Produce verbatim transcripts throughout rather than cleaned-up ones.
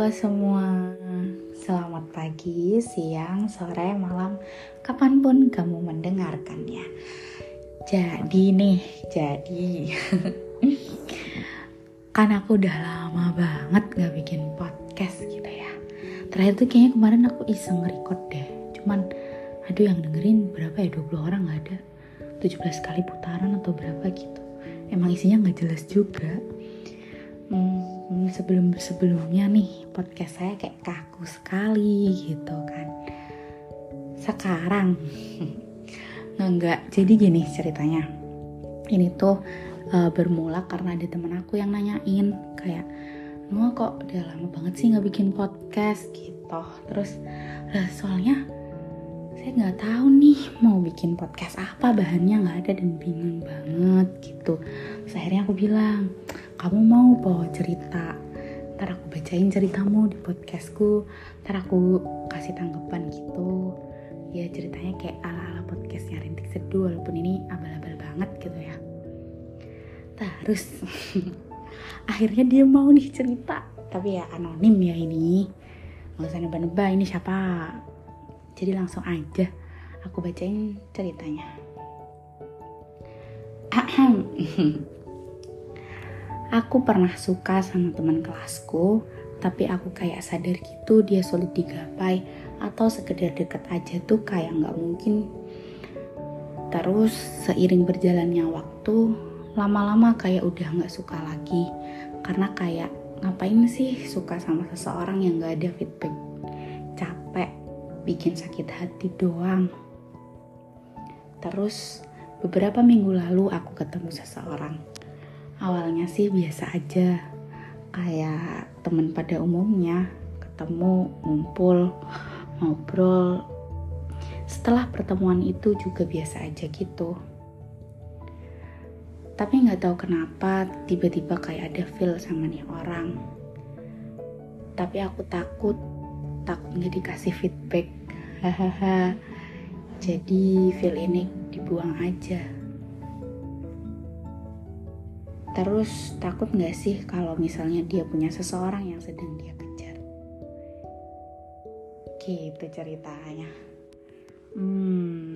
Halo semua, selamat pagi, siang, sore, malam, kapanpun kamu mendengarkannya. Jadi nih, jadi kan aku udah lama banget gak bikin podcast gitu ya. Terakhir tuh kayaknya kemarin aku iseng record deh. Cuman aduh yang dengerin berapa ya, dua puluh orang gak ada, tujuh belas kali putaran atau berapa gitu. Emang isinya gak jelas juga. Hmm, sebelum-sebelumnya nih podcast saya kayak kaku sekali gitu kan. Sekarang nggak, jadi gini ceritanya. Ini tuh uh, bermula karena ada teman aku yang nanyain kayak, Noah kok udah lama banget sih nggak bikin podcast gitu. Terus lah soalnya saya nggak tahu nih mau bikin podcast apa, bahannya nggak ada dan bingung banget gitu. Terus akhirnya aku bilang, kamu mau bawa cerita, ntar aku bacain ceritamu di podcastku, ntar aku kasih tanggapan gitu. Ya ceritanya kayak ala-ala podcastnya Rintik Seduh, walaupun ini abal-abal banget gitu ya. Terus akhirnya dia mau nih cerita, tapi ya anonim ya ini, nggak usah nebak-nebak ini siapa. Jadi langsung aja aku bacain ceritanya. Aku pernah suka sama teman kelasku, tapi aku kayak sadar gitu dia sulit digapai, atau sekedar deket aja tuh kayak gak mungkin. Terus seiring berjalannya waktu, lama-lama kayak udah gak suka lagi, karena kayak ngapain sih suka sama seseorang yang gak ada feedback, capek, bikin sakit hati doang. Terus beberapa minggu lalu aku ketemu seseorang. Awalnya sih biasa aja, kayak teman pada umumnya, ketemu, ngumpul, ngobrol. Setelah pertemuan itu juga biasa aja gitu. Tapi gak tahu kenapa tiba-tiba kayak ada feel sama nih orang. Tapi aku takut, takut gak dikasih feedback. Hahaha. Jadi feel ini dibuang aja. Terus takut gak sih kalau misalnya dia punya seseorang yang sedang dia kejar? Gitu ceritanya. Hmm.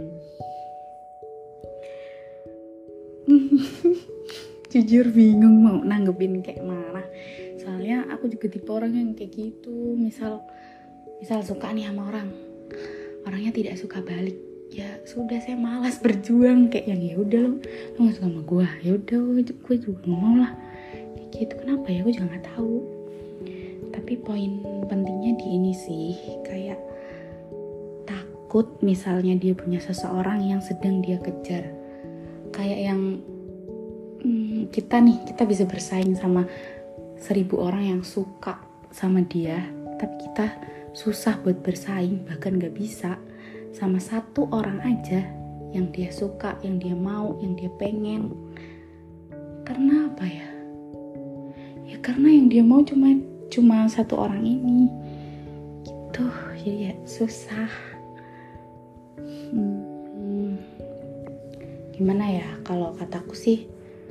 Jujur bingung mau nanggepin kayak mana. Soalnya aku juga tipe orang yang kayak gitu. Misal, misal suka nih sama orang, orangnya tidak suka balik. Ya sudah, saya malas berjuang kayak yang ya udah lo lo nggak suka sama gue, ya udah gue juga nggak mau lah kayak gitu. Kenapa ya, gue juga nggak tahu. Tapi poin pentingnya di ini sih, kayak takut misalnya dia punya seseorang yang sedang dia kejar, kayak yang hmm, kita nih kita bisa bersaing sama seribu orang yang suka sama dia, tapi kita susah buat bersaing, bahkan nggak bisa sama satu orang aja yang dia suka, yang dia mau, yang dia pengen. Karena apa ya? Ya karena yang dia mau cuma cuma satu orang ini. Gitu. Jadi ya susah. Hmm, gimana ya? Kalau kataku sih,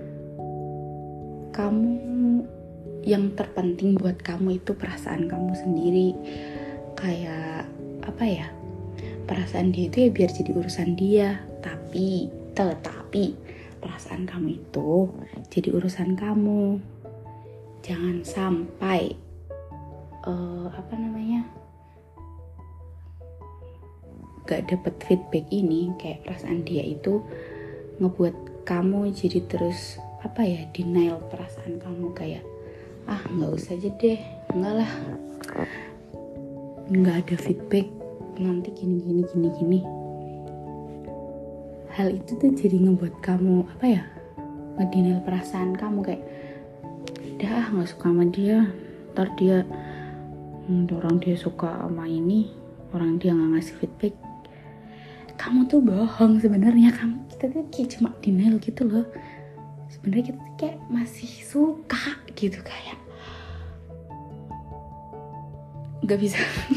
kamu yang terpenting buat kamu itu perasaan kamu sendiri. Kayak apa ya? Perasaan dia itu ya biar jadi urusan dia, tapi tetapi perasaan kamu itu jadi urusan kamu. Jangan sampai uh, apa namanya gak dapet feedback ini, kayak perasaan dia itu ngebuat kamu jadi terus apa ya, denial perasaan kamu, kayak ah nggak usah aja deh, enggak lah, nggak ada feedback, nanti gini gini gini gini. Hal itu tuh jadi ngebuat kamu apa ya, ngedenial perasaan kamu, kayak udah ah nggak suka sama dia, ntar dia hmm, orang dia suka sama ini, orang dia nggak ngasih feedback. Kamu tuh bohong sebenarnya, kamu kita tuh kayak cuma denial gitu loh. Sebenarnya kita tuh kayak masih suka gitu, kayak nggak bisa.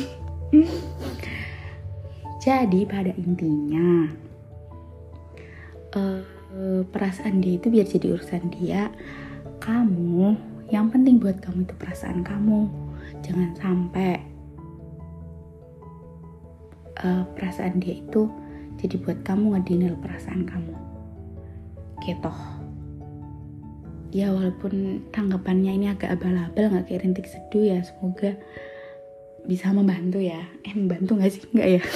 Jadi pada intinya uh, perasaan dia itu biar jadi urusan dia. Kamu, yang penting buat kamu itu perasaan kamu. Jangan sampai uh, perasaan dia itu jadi buat kamu ngedenial perasaan kamu gitu. Ya walaupun tanggapannya ini agak abal-abal, gak kayak rintik seduh ya, semoga bisa membantu ya. Eh membantu gak sih? Enggak ya.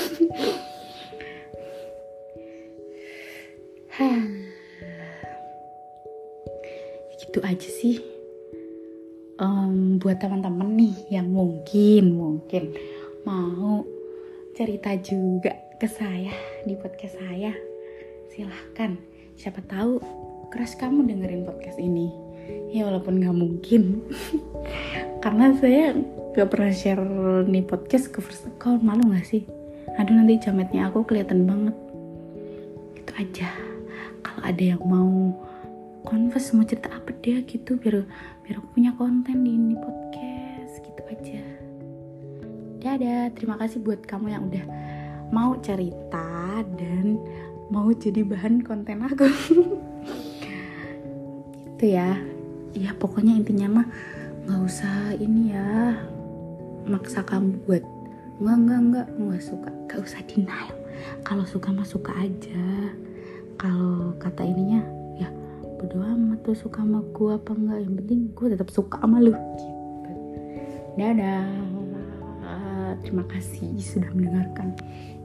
Gitu aja sih. Um, buat teman-teman nih yang mungkin mungkin mau cerita juga ke saya di podcast saya, silahkan. Siapa tahu crush kamu dengerin podcast ini. Ya walaupun gak mungkin karena saya gak pernah share nih podcast ke first account. Malu gak sih? Aduh nanti jametnya aku kelihatan banget. Gitu aja. Kalau ada yang mau confess, mau cerita apa dia gitu, biar biar aku punya konten di ini podcast. Gitu aja. Dadah. Terima kasih buat kamu yang udah mau cerita dan mau jadi bahan konten aku. Gitu ya. Ya pokoknya intinya mah nggak usah ini ya maksa kamu buat nggak nggak nggak nggak suka, nggak usah denial. Kalau suka mah suka aja. Kalau kata ininya ya bodo amat tuh suka sama gue apa enggak, yang penting gue tetap suka sama lu gitu. Dadah. Terima kasih sudah mendengarkan.